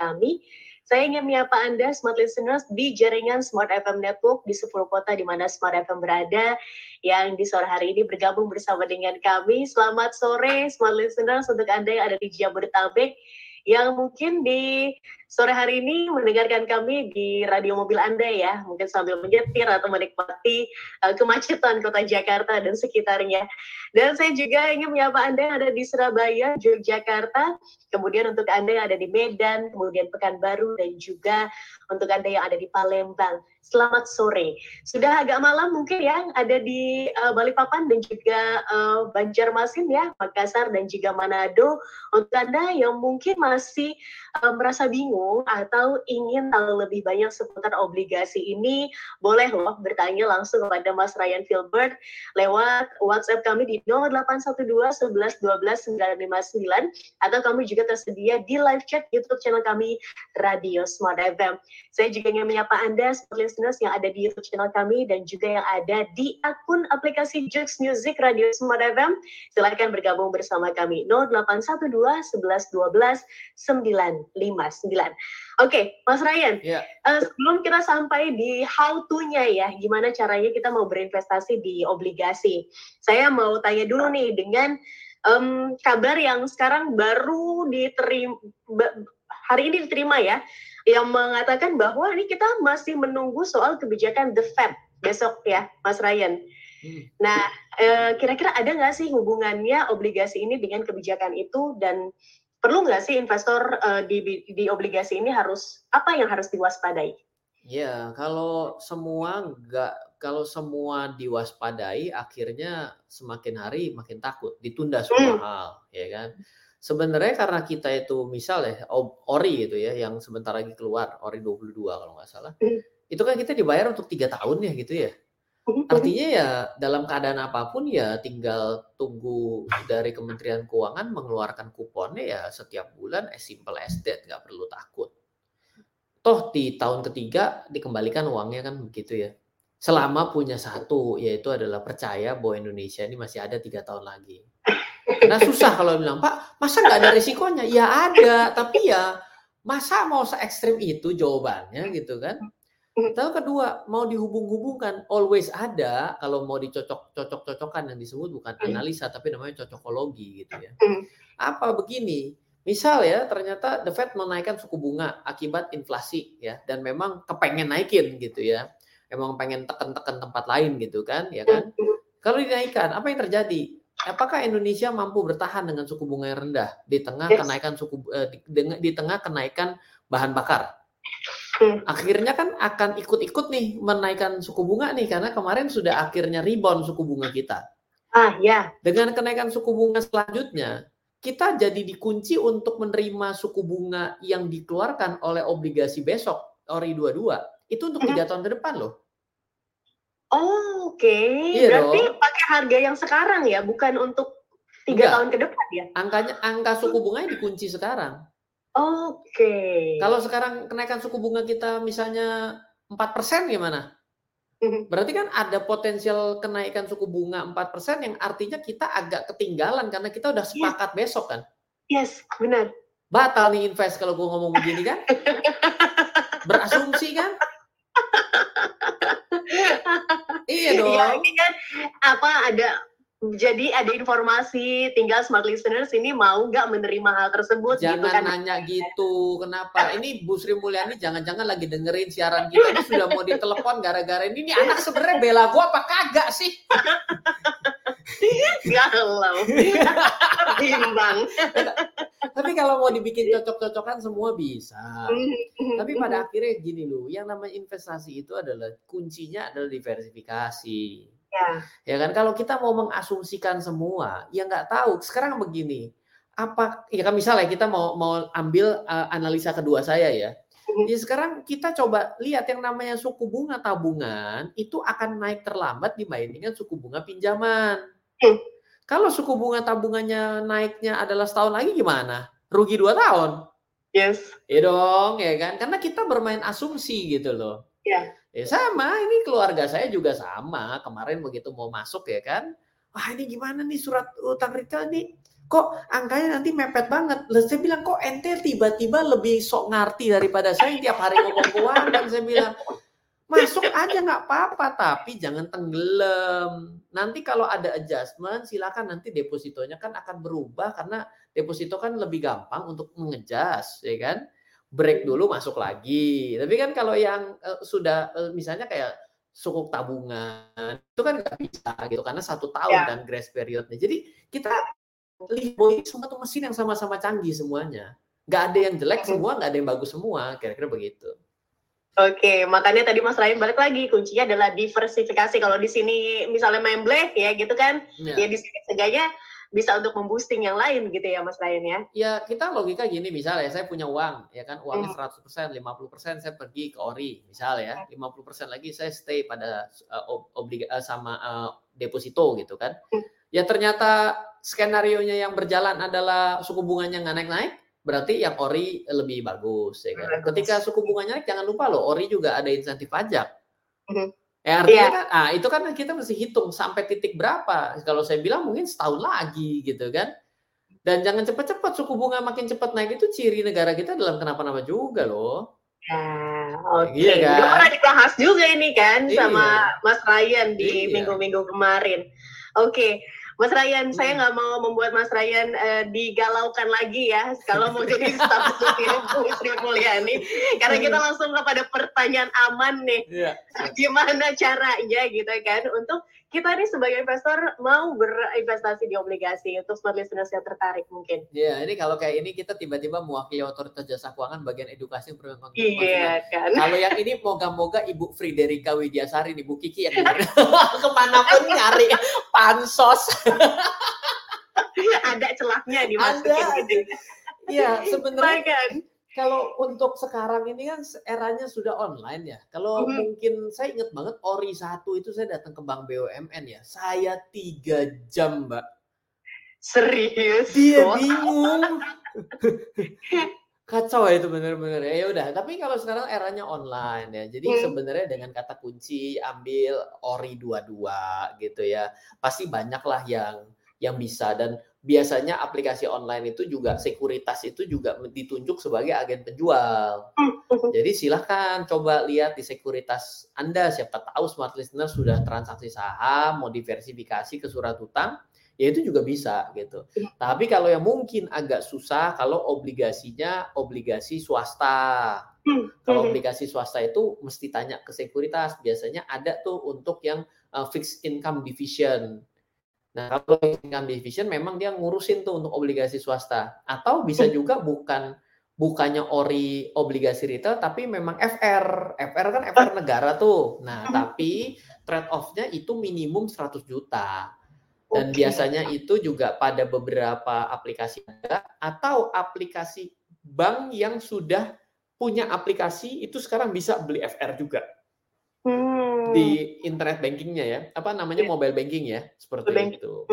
kami. Saya ingin menyapa Anda, Smart Listeners, di jaringan Smart F M Network di sepuluh kota di mana Smart F M berada, yang di sore hari ini bergabung bersama dengan kami. Selamat sore, Smart Listeners, untuk Anda yang ada di Jabodetabek, yang mungkin di sore hari ini mendengarkan kami di radio mobil Anda ya, mungkin sambil menyetir atau menikmati uh, kemacetan kota Jakarta dan sekitarnya. Dan saya juga ingin menyapa Anda yang ada di Surabaya, Yogyakarta, kemudian untuk Anda yang ada di Medan, kemudian Pekanbaru, dan juga untuk Anda yang ada di Palembang. Selamat sore. Sudah agak malam mungkin ya, ada di uh, Balikpapan dan juga uh, Banjarmasin ya, Makassar dan juga Manado. Untuk Anda yang mungkin masih uh, merasa bingung atau ingin tahu lebih banyak seputar obligasi ini, boleh loh bertanya langsung kepada Mas Ryan Filbert lewat WhatsApp kami di nol delapan satu dua sebelas dua belas sembilan lima sembilan, atau kami juga tersedia di live chat YouTube channel kami Radio Smart F M. Saya juga ingin menyapa Anda, Smart Listeners, yang ada di YouTube channel kami dan juga yang ada di akun aplikasi Jux Music Radio Smart F M. Silakan bergabung bersama kami nol delapan satu dua sebelas dua belas sembilan lima sembilan. Oke, okay, Mas Ryan, yeah. uh, sebelum kita sampai di how to-nya ya, gimana caranya kita mau berinvestasi di obligasi, saya mau tanya dulu nih dengan um, kabar yang sekarang baru diterima, hari ini diterima ya, yang mengatakan bahwa ini kita masih menunggu soal kebijakan The Fed besok ya, Mas Ryan. Hmm. Nah, uh, kira-kira ada nggak sih hubungannya obligasi ini dengan kebijakan itu, dan perlu nggak sih investor uh, di, di obligasi ini harus, apa yang harus diwaspadai? Ya, kalau semua nggak, kalau semua diwaspadai, akhirnya semakin hari makin takut, ditunda semua hmm. hal, ya kan? Sebenarnya karena kita itu misalnya ori itu ya, yang sebentar lagi keluar, ori dua puluh dua kalau nggak salah, hmm. itu kan kita dibayar untuk tiga tahun ya gitu ya. Artinya ya dalam keadaan apapun ya tinggal tunggu dari Kementerian Keuangan mengeluarkan kuponnya ya setiap bulan, as simple as that, nggak perlu takut. Toh di tahun ketiga dikembalikan uangnya kan begitu ya. Selama punya satu, yaitu adalah percaya bahwa Indonesia ini masih ada tiga tahun lagi. Karena susah kalau bilang, Pak, masa nggak ada risikonya? Ya ada, tapi ya masa mau se-ekstrim itu jawabannya gitu kan. Lalu kedua, mau dihubung-hubungkan, always ada, kalau mau dicocok-cocok-cocokkan yang disebut bukan analisa, tapi namanya cocokologi gitu ya. Apa begini, misal ya ternyata The Fed menaikkan suku bunga akibat inflasi ya, dan memang kepengen naikin gitu ya, emang pengen tekan-tekan tempat lain gitu kan, ya kan. Kalau dinaikkan, apa yang terjadi? Apakah Indonesia mampu bertahan dengan suku bunga yang rendah di tengah kenaikan suku eh, di, di tengah kenaikan bahan bakar? Akhirnya kan akan ikut-ikut nih menaikkan suku bunga nih, karena kemarin sudah akhirnya rebound suku bunga kita. Ah ya. Dengan kenaikan suku bunga selanjutnya, kita jadi dikunci untuk menerima suku bunga yang dikeluarkan oleh obligasi besok, ori dua puluh dua, itu untuk tiga tahun ke depan loh. Oh, oke. Okay. Iya berarti dong. Pakai harga yang sekarang ya, bukan untuk tiga tahun ke depan ya? Angkanya, angka suku bunganya dikunci sekarang. Oke. Okay. Kalau sekarang kenaikan suku bunga kita misalnya empat persen gimana? Berarti kan ada potensial kenaikan suku bunga empat persen yang artinya kita agak ketinggalan karena kita udah sepakat yes. besok kan? Yes, benar. Batal nih invest kalau gue ngomong begini kan? Berasumsi kan? Iya dong. Ya, ini kan apa ada jadi ada informasi, tinggal Smart Listeners ini mau nggak menerima hal tersebut. Jangan gitu kan? nanya gitu, kenapa? Ini Bu Sri Mulyani jangan-jangan lagi dengerin siaran kita, ini sudah mau ditelepon gara-gara ini. Ini anak sebenarnya bela gua apa kagak sih? Galau, bimbang. Tapi kalau mau dibikin cocok-cocokan semua bisa. Tapi pada akhirnya gini loh, yang namanya investasi itu adalah kuncinya adalah diversifikasi. Ya. Ya kan, kalau kita mau mengasumsikan semua, ya nggak tahu. Sekarang begini, apa ya kan misalnya kita mau mau ambil uh, analisa kedua saya ya. Jadi sekarang kita coba lihat yang namanya suku bunga tabungan itu akan naik terlambat dibandingkan suku bunga pinjaman. Hmm. Kalau suku bunga tabungannya naiknya adalah setahun lagi gimana? Rugi dua tahun. Yes. Ya dong, ya kan? Karena kita bermain asumsi gitu loh. Ya. Ya sama, ini keluarga saya juga sama. Kemarin begitu mau masuk ya kan, wah ini gimana nih surat utang retail nih, kok angkanya nanti mepet banget. Lah saya bilang, kok ente tiba-tiba lebih sok ngerti daripada saya yang tiap hari ngomong keuangan. Saya bilang, masuk aja nggak apa-apa, tapi jangan tenggelam. Nanti kalau ada adjustment, silakan nanti depositonya kan akan berubah karena deposito kan lebih gampang untuk mengejas, ya kan? Break dulu masuk lagi. Tapi kan kalau yang uh, sudah uh, misalnya kayak sukuk tabungan itu kan nggak bisa gitu karena satu tahun Ya. kan grace periodnya. Jadi kita lihat bahwa ini semua tuh mesin yang sama-sama canggih semuanya. Nggak ada yang jelek semua, nggak ada yang bagus semua. Kira-kira begitu. Oke, makanya tadi Mas Ryan balik lagi, kuncinya adalah diversifikasi. Kalau di sini misalnya main black ya gitu kan, Ya. ya di sini seenggaknya bisa untuk memboosting yang lain gitu ya Mas Ryan ya. Ya kita logika gini, misalnya saya punya uang, ya kan uangnya seratus persen, lima puluh persen saya pergi ke ori, misalnya ya, lima puluh persen lagi saya stay pada uh, obliga uh, sama uh, deposito gitu kan. Ya ternyata skenario-nya yang berjalan adalah suku bunganya nggak naik-naik, berarti yang ori lebih bagus ya kan. Ketika suku bunganya naik, jangan lupa loh, ori juga ada insentif pajak. Eh, artinya yeah. kan, ah itu kan kita mesti hitung sampai titik berapa. Kalau saya bilang mungkin setahun lagi gitu kan. Dan jangan cepat-cepat suku bunga makin cepat naik itu ciri negara kita dalam kenapa-napa juga loh. Ya, oke. Okay. Iya kan? Udah dibahas juga ini kan iya. sama Mas Ryan di minggu-minggu iya. kemarin. Oke. Okay. Mas Ryan, hmm. saya nggak mau membuat Mas Ryan uh, digalaukan lagi ya kalau mau jadi staf khususnya Bu Sri Mulyani, karena kita langsung kepada pertanyaan aman nih, yeah. gimana caranya gitu kan untuk kita nih sebagai investor mau berinvestasi di obligasi untuk smart listeners yang tertarik mungkin. Iya, yeah, ini kalau kayak ini kita tiba-tiba mewakili otoritas jasa keuangan bagian edukasi perlindungan konsumen. Iya kan. Kalau yang ini moga-moga Ibu Friderika Widyasari, Ibu Kiki yang kemanapun nyari pansos. Ada celahnya dimasukin ada. gitu. Iya, sebenarnya kalau untuk sekarang ini kan eranya sudah online ya. Kalau mm-hmm. mungkin saya ingat banget ori satu itu saya datang ke Bank B U M N ya. Saya tiga jam, Mbak. Serius? Dia bingung. Kacau ya itu benar-benar. Ya udah, tapi kalau sekarang eranya online ya. Jadi hmm. sebenarnya dengan kata kunci ambil ori dua puluh dua gitu ya. Pasti banyaklah yang yang bisa, dan biasanya aplikasi online itu juga sekuritas itu juga ditunjuk sebagai agen penjual. Jadi silahkan coba lihat di sekuritas Anda, siapa tahu smart listener sudah transaksi saham, mau diversifikasi ke surat utang, ya itu juga bisa gitu. Tapi kalau yang mungkin agak susah, kalau obligasinya obligasi swasta. Kalau obligasi swasta itu mesti tanya ke sekuritas, biasanya ada tuh untuk yang uh, fixed income division. Nah, kalau income division memang dia ngurusin tuh untuk obligasi swasta, atau bisa juga bukan bukannya ori obligasi retail tapi memang F R. F R kan F R negara tuh. Nah, tapi trade off-nya itu minimum seratus juta. Dan okay. biasanya itu juga pada beberapa aplikasi ada, atau aplikasi bank yang sudah punya aplikasi itu sekarang bisa beli F R juga. Hmm. Di internet bankingnya ya, apa namanya mobile banking ya, seperti Bank. itu.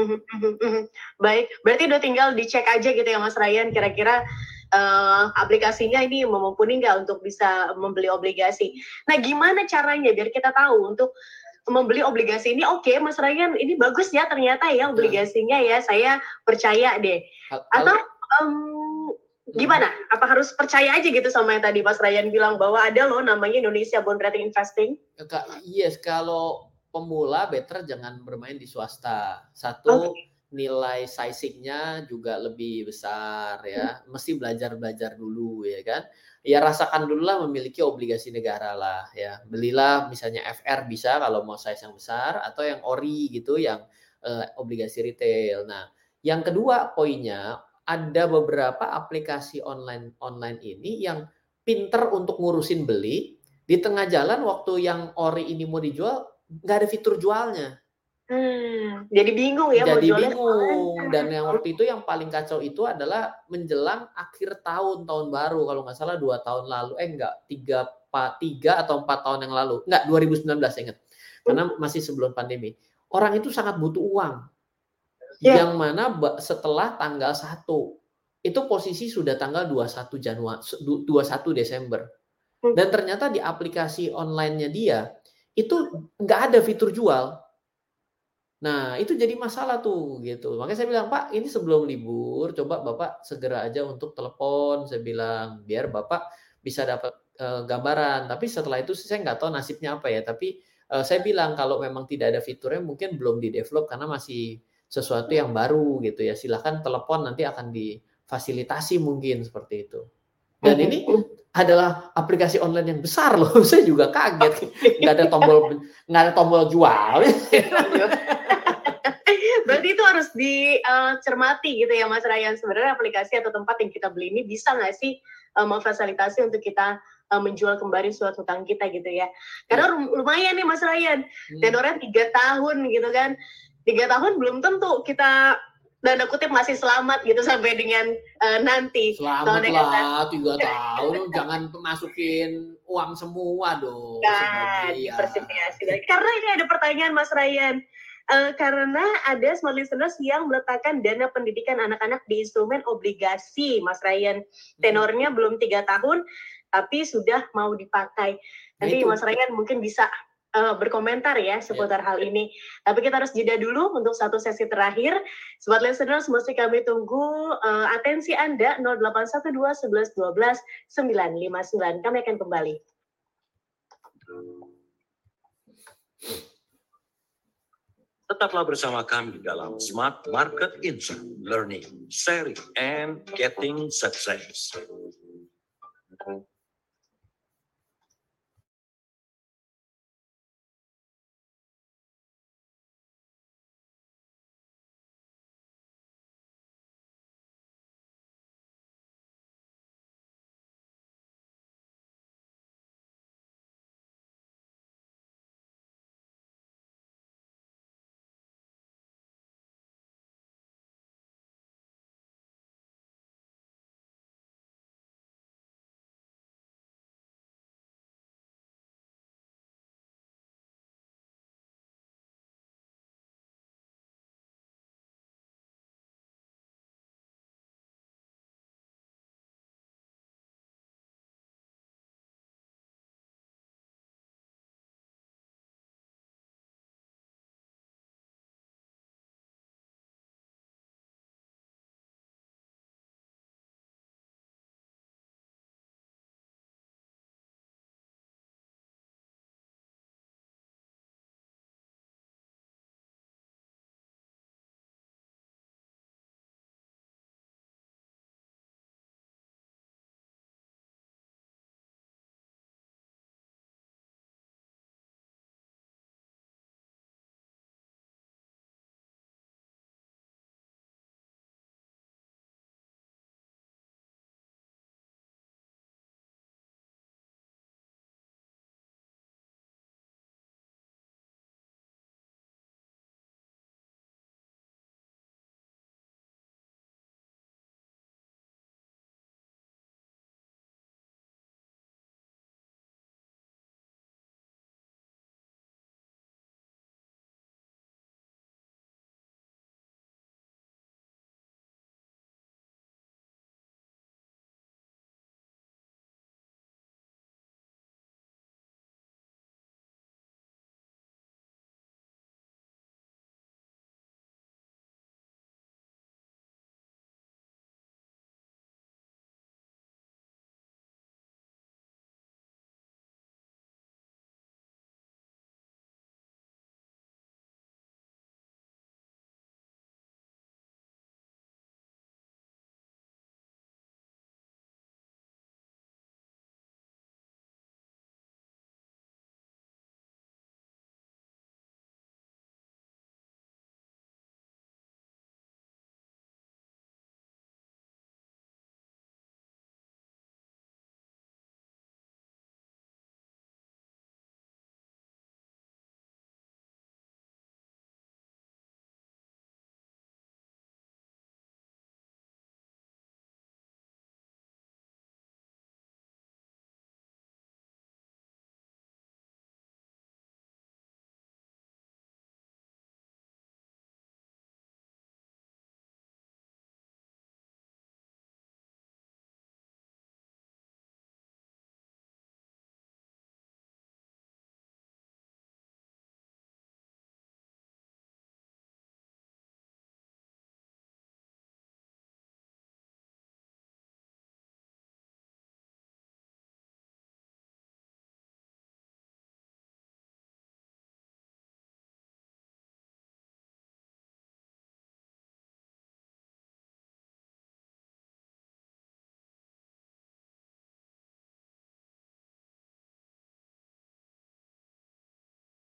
Baik, berarti udah tinggal dicek aja gitu ya Mas Ryan, kira-kira uh, aplikasinya ini mumpuni nggak untuk bisa membeli obligasi. Nah, gimana caranya biar kita tahu untuk membeli obligasi ini? Oke, okay, Mas Ryan, ini bagus ya ternyata ya obligasinya ya, saya percaya deh. Atau um, gimana? Apa harus percaya aja gitu sama yang tadi Mas Ryan bilang bahwa ada loh namanya Indonesia Bond Rating Investing? Yes, kalau pemula better jangan bermain di swasta. Satu, okay. nilai sizingnya juga lebih besar ya. Hmm. Mesti belajar-belajar dulu ya kan. Ya rasakan dulu lah memiliki obligasi negara lah ya. Belilah misalnya F R bisa kalau mau size yang besar, atau yang ori gitu yang eh, obligasi retail. Nah, yang kedua poinnya, ada beberapa aplikasi online online ini yang pinter untuk ngurusin beli, di tengah jalan waktu yang ori ini mau dijual nggak ada fitur jualnya. Hmm, jadi bingung ya. Jadi mau bingung. Dan yang waktu itu yang paling kacau itu adalah menjelang akhir tahun tahun baru, kalau nggak salah dua tahun lalu, eh enggak tiga tiga atau empat tahun yang lalu, enggak dua ribu sembilan belas ingat, karena masih sebelum pandemi. Orang itu sangat butuh uang. Yeah. Yang mana setelah tanggal satu itu posisi sudah tanggal dua puluh satu Januari, dua puluh satu Desember, dan ternyata di aplikasi online-nya dia itu nggak ada fitur jual. Nah, itu jadi masalah tuh, gitu. Makanya saya bilang, "Pak, ini sebelum libur, coba Bapak segera aja untuk telepon," saya bilang, "biar Bapak bisa dapat, eee, gambaran. Tapi setelah itu saya nggak tahu nasibnya apa ya, tapi, eee, saya bilang kalau memang tidak ada fiturnya mungkin belum di-develop karena masih sesuatu yang baru gitu ya, silahkan telepon nanti akan difasilitasi mungkin," seperti itu. Dan ini adalah aplikasi online yang besar loh, saya juga kaget, nggak ada tombol nggak ada tombol jual. Berarti itu harus dicermati gitu ya Mas Ryan, sebenarnya aplikasi atau tempat yang kita beli ini bisa nggak sih uh, memfasilitasi untuk kita uh, menjual kembali suatu hutang kita gitu ya. Karena Iya. lumayan nih Mas Ryan, Hmm. tenornya tiga tahun gitu kan. Tiga tahun belum tentu kita tanda kutip masih selamat gitu sampai dengan uh, nanti. Selamat lah, tiga tahun, jangan masukin uang semua dong, Nah, sebagian. Karena ini ada pertanyaan Mas Ryan. Uh, karena ada smart listeners yang meletakkan dana pendidikan anak-anak di instrumen obligasi, Mas Ryan. Tenornya belum tiga tahun, tapi sudah mau dipakai. Nanti Nah, Mas Ryan mungkin bisa uh, berkomentar ya seputar hal ini. Tapi kita harus jeda dulu untuk satu sesi terakhir. Smart listeners, mesti kami tunggu uh, atensi Anda nol delapan satu dua sebelas dua belas sembilan lima sembilan. Kami akan kembali. Tetaplah bersama kami dalam Smart Market Insight, Learning, Sharing, and Getting Success.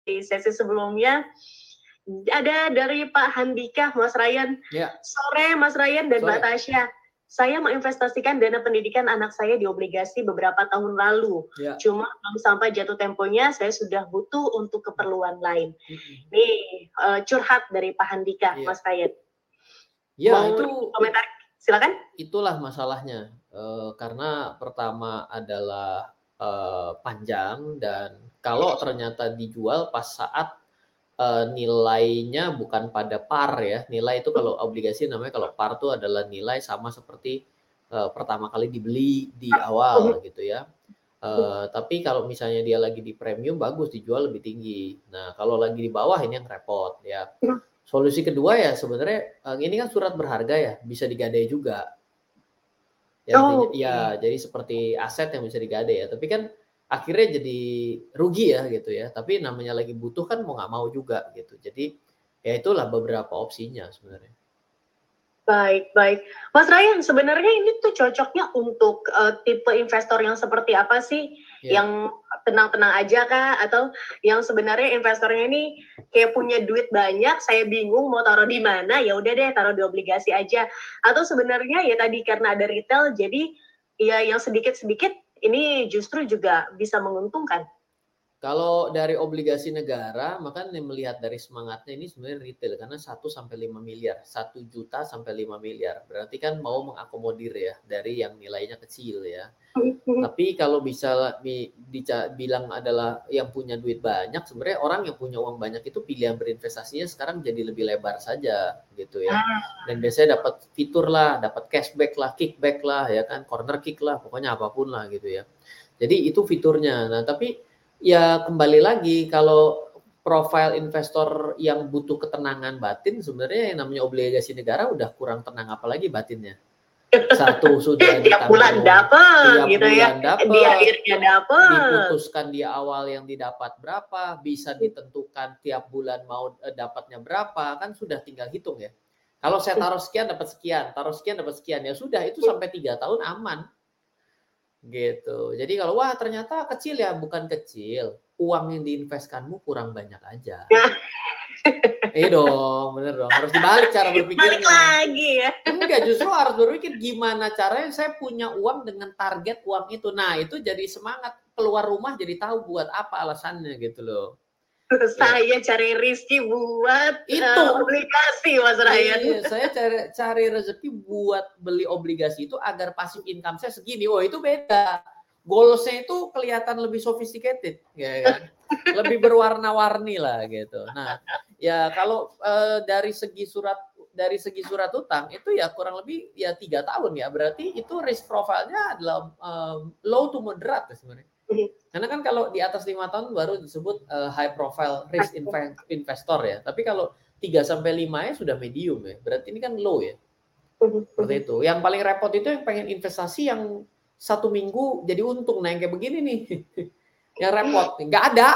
sesi sebelumnya. Ada dari Pak Handika, Mas Ryan. Ya. Sore Mas Ryan dan Sore. Mbak Tasya. Saya menginvestasikan dana pendidikan anak saya di obligasi beberapa tahun lalu. Ya. Cuma belum sampai jatuh temponya, saya sudah butuh untuk keperluan lain. Mm-mm. Nih, uh, curhat dari Pak Handika, Ya. Mas Ryan. Ya, Mau itu komentar, silakan. Itulah masalahnya. Uh, karena pertama adalah uh, panjang, dan kalau ternyata dijual pas saat Uh, nilainya bukan pada par ya. Nilai itu kalau obligasi namanya, kalau par itu adalah nilai sama seperti uh, pertama kali dibeli di awal gitu ya. Uh, tapi kalau misalnya dia lagi di premium, bagus dijual lebih tinggi. Nah, kalau lagi di bawah ini yang repot ya. Solusi kedua ya sebenarnya uh, ini kan surat berharga ya, bisa digadai juga. Ya, Oh, artinya, ya jadi seperti aset yang bisa digadai ya. Tapi kan akhirnya jadi rugi ya gitu ya. Tapi namanya lagi butuh kan mau nggak mau juga gitu. Jadi ya itulah beberapa opsinya sebenarnya. Baik, baik. Mas Ryan, sebenarnya ini tuh cocoknya untuk uh, tipe investor yang seperti apa sih? Ya. Yang tenang-tenang aja kah? Atau yang sebenarnya investornya ini kayak punya duit banyak, saya bingung mau taruh di mana, ya udah deh taruh di obligasi aja. Atau sebenarnya ya tadi karena ada retail, jadi ya yang sedikit-sedikit ini justru juga bisa menguntungkan. Kalau dari obligasi negara, maka melihat dari semangatnya ini sebenarnya retail, karena satu sampai lima miliar, satu juta sampai lima miliar. Berarti kan mau mengakomodir ya dari yang nilainya kecil ya. Tapi kalau bisa bi, dica, bilang adalah yang punya duit banyak, sebenarnya orang yang punya uang banyak itu pilihan berinvestasinya sekarang jadi lebih lebar saja gitu ya. Dan biasanya dapat fitur lah, dapat cashback lah, kickback lah ya kan, corner kick lah, pokoknya apapun lah gitu ya. Jadi itu fiturnya. Nah, tapi ya kembali lagi, kalau profil investor yang butuh ketenangan batin, sebenarnya yang namanya obligasi negara udah kurang tenang, apalagi batinnya. Satu sudah tiap bulan dapat gitu ya, dapet, di akhirnya dapat. Diputuskan di awal yang didapat berapa, bisa ditentukan tiap bulan mau dapatnya berapa, kan sudah tinggal hitung ya. Kalau saya taruh sekian dapat sekian, taruh sekian dapat sekian, ya sudah itu sampai tiga tahun aman. Gitu. Jadi kalau wah ternyata kecil ya, bukan kecil. Uang yang diinvestkanmu kurang banyak aja. Iya dong, bener dong. Harus dibalik cara berpikirnya. Balik lagi ya. Enggak, justru harus berpikir gimana caranya saya punya uang dengan target uang itu. Nah, itu jadi semangat keluar rumah, jadi tahu buat apa alasannya gitu loh. Saya ya. Cari rezeki buat itu uh, obligasi, Mas Ryan. Iya, saya cari cari rezeki buat beli obligasi itu agar passive income saya segini. Oh, itu beda. Goalsnya itu kelihatan lebih sophisticated, ya kan? Lebih berwarna-warni lah gitu. Nah, ya kalau uh, dari segi surat dari segi surat utang itu ya kurang lebih ya tiga tahun ya. Berarti itu risk profile-nya adalah um, low to moderate sebenarnya. Karena kan kalau di atas lima tahun baru disebut uh, high profile risk investor ya. Tapi kalau tiga sampai lima ya sudah medium ya. Berarti ini kan low ya. Seperti itu. Yang paling repot itu yang pengen investasi yang satu minggu jadi untung. Nah yang kayak begini nih. Yang repot. Nggak ada.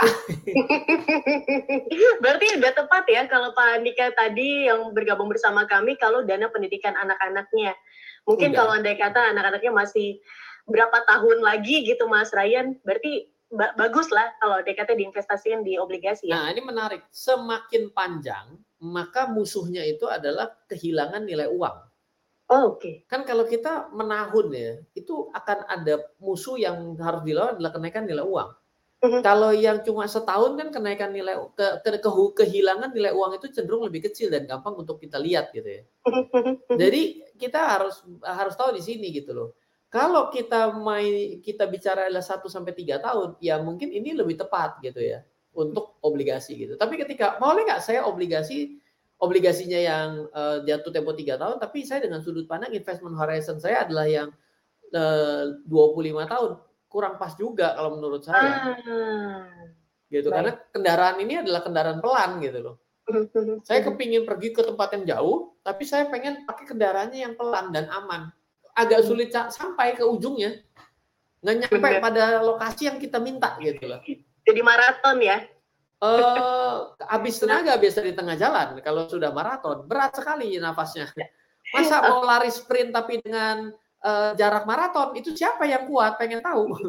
Berarti udah tepat ya kalau Pak Andika tadi yang bergabung bersama kami kalau dana pendidikan anak-anaknya. Mungkin udah. Kalau andai kata anak-anaknya masih berapa tahun lagi gitu Mas Ryan, berarti ba- bagus lah kalau D K T diinvestasikan di obligasi ya. Nah ini menarik, semakin panjang maka musuhnya itu adalah kehilangan nilai uang. Oh, oke. Okay. Kan kalau kita menahun ya, itu akan ada musuh yang harus dilawan adalah kenaikan nilai uang. Uh-huh. Kalau yang cuma setahun kan kenaikan nilai ke, ke, ke kehilangan nilai uang itu cenderung lebih kecil dan gampang untuk kita lihat gitu ya. Uh-huh. Jadi kita harus harus tahu di sini gitu loh. Kalau kita main kita bicara adalah satu sampai tiga tahun, ya mungkin ini lebih tepat gitu ya untuk obligasi gitu. Tapi ketika boleh nggak saya obligasi obligasinya yang uh, jatuh tempo tiga tahun, tapi saya dengan sudut pandang investment horizon saya adalah yang uh, dua puluh lima tahun, kurang pas juga kalau menurut saya. Ah, gitu. Baik. Karena kendaraan ini adalah kendaraan pelan gitu loh. Saya kepingin pergi ke tempat yang jauh, tapi saya pengen pakai kendaraannya yang pelan dan aman. Agak sulit sampai ke ujungnya, nggak nyampe Bener. pada lokasi yang kita minta gitu loh. Jadi maraton ya? Uh, habis tenaga biasa di tengah jalan. Kalau sudah maraton berat sekali nafasnya. Masa mau lari sprint tapi dengan uh, jarak maraton itu siapa yang kuat? Pengen tahu.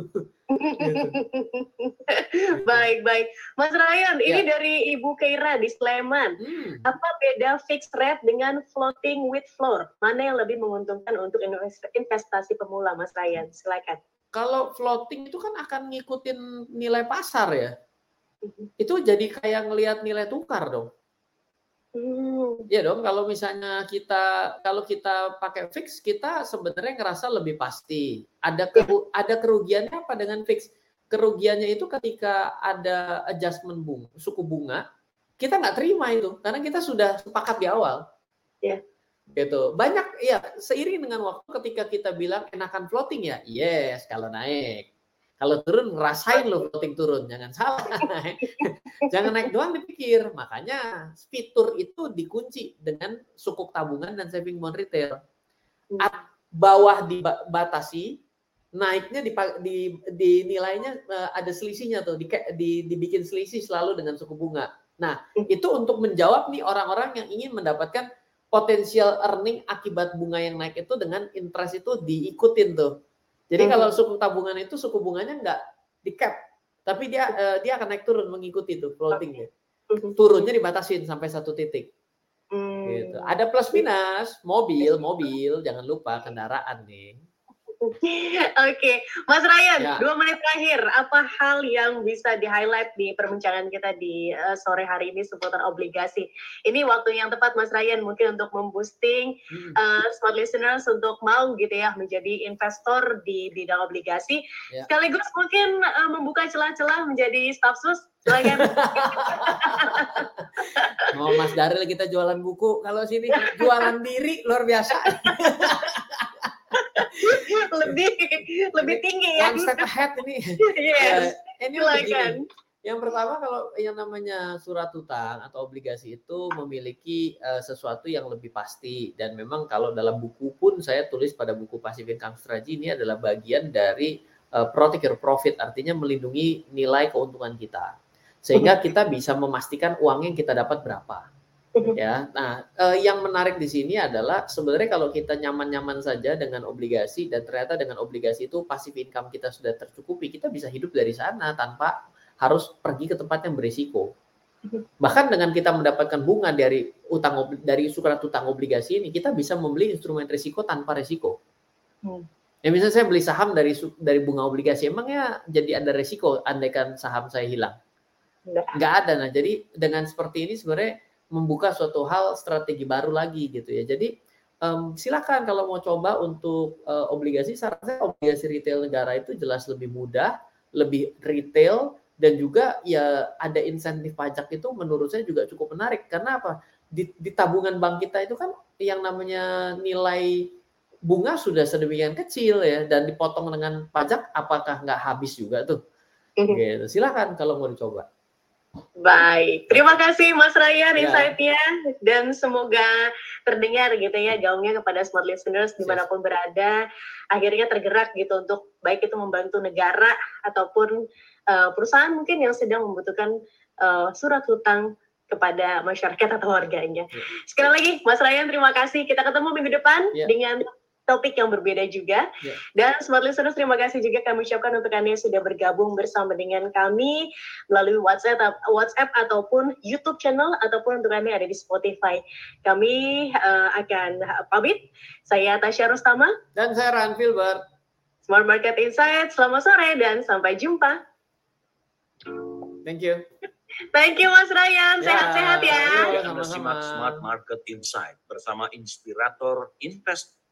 Gitu. Baik, baik. Mas Ryan, Ya. ini dari Ibu Keira di Sleman. Hmm. Apa beda fixed rate dengan floating with floor? Mana yang lebih menguntungkan untuk invest- investasi pemula, Mas Ryan? Silakan. Kalau floating itu kan akan ngikutin nilai pasar ya. Itu jadi kayak ngelihat nilai tukar dong. Hmm. Iya dong, kalau misalnya kita kalau kita pakai fix, kita sebenarnya ngerasa lebih pasti. Ada keru, ada kerugiannya apa dengan fix? Kerugiannya itu ketika ada adjustment bunga, suku bunga, kita nggak terima itu karena kita sudah sepakat di awal. Ya. Gitu. Banyak ya seiring dengan waktu ketika kita bilang enakan floating ya, yes kalau naik. Kalau turun ngerasain loh floating turun, jangan salah. Jangan naik doang dipikir. Makanya fitur itu dikunci dengan sukuk tabungan dan saving bond retail. At bawah dibatasi, naiknya di, di, di nilainya ada selisihnya tuh, di, di, dibikin selisih selalu dengan suku bunga. Nah, itu untuk menjawab nih orang-orang yang ingin mendapatkan potensial earning akibat bunga yang naik itu dengan interest itu diikutin tuh. Jadi kalau suku tabungan itu suku bunganya nggak di cap, tapi dia uh, dia akan naik turun mengikuti tuh floating ya. Turunnya dibatasin sampai satu titik. Hmm. Gitu. Ada plus minus, mobil, mobil, jangan lupa kendaraan nih. Oke, okay. Mas Ryan, ya. dua menit terakhir, apa hal yang bisa di-highlight di perbincangan kita di uh, sore hari ini seputar obligasi? Ini waktu yang tepat, Mas Ryan, mungkin untuk memboosting hmm. uh, smart listeners untuk mau gitu ya menjadi investor di bidang obligasi. Ya. Sekaligus mungkin uh, membuka celah-celah menjadi staff sus. Silakan. Mau Mas Daril kita jualan buku, kalau sini jualan diri luar biasa. lebih lebih tinggi ya. One step ahead ini. Yes. Uh, ini begini. Yang pertama kalau yang namanya surat utang atau obligasi itu memiliki uh, sesuatu yang lebih pasti, dan memang kalau dalam buku pun saya tulis pada buku Passive Income Strategy ini adalah bagian dari uh, protect your profit, artinya melindungi nilai keuntungan kita sehingga kita bisa memastikan uang yang kita dapat berapa. Ya, nah eh, yang menarik di sini adalah sebenarnya kalau kita nyaman-nyaman saja dengan obligasi dan ternyata dengan obligasi itu passive income kita sudah tercukupi, kita bisa hidup dari sana tanpa harus pergi ke tempat yang berisiko. Bahkan dengan kita mendapatkan bunga dari utang dari surat utang obligasi ini, kita bisa membeli instrumen risiko tanpa risiko. Hmm. Ya misalnya saya beli saham dari dari bunga obligasi, emangnya jadi ada risiko andaikan saham saya hilang? Nggak ada. Nah, jadi dengan seperti ini sebenarnya membuka suatu hal strategi baru lagi gitu ya. Jadi um, silakan kalau mau coba untuk uh, obligasi, saran saya obligasi retail negara itu jelas lebih mudah, lebih retail, dan juga ya ada insentif pajak itu menurut saya juga cukup menarik. Karena apa? Di, di tabungan bank kita itu kan yang namanya nilai bunga sudah sedemikian kecil ya, dan dipotong dengan pajak, apakah nggak habis juga tuh? Gitu. Silakan kalau mau dicoba. Baik, terima kasih Mas Ryan insight-nya, dan semoga terdengar gitu ya gaungnya kepada smart listeners dimanapun berada, akhirnya tergerak gitu untuk baik itu membantu negara ataupun uh, perusahaan mungkin yang sedang membutuhkan uh, surat hutang kepada masyarakat atau warganya. Ya. Sekali lagi Mas Ryan, terima kasih, kita ketemu minggu depan ya. Dengan topik yang berbeda juga. Yeah. Dan smart listeners, terima kasih juga kami ucapkan untuk Anda yang sudah bergabung bersama dengan kami melalui WhatsApp, WhatsApp ataupun YouTube channel, ataupun untuk Anda yang ada di Spotify. Kami uh, akan pamit. Saya Tasya Rustama. Dan saya Ran Filbert. Smart Market Insight, selamat sore dan sampai jumpa. Thank you. Thank you Mas Ryan, sehat-sehat ya. Anda simak Smart Market Insight bersama inspirator investasi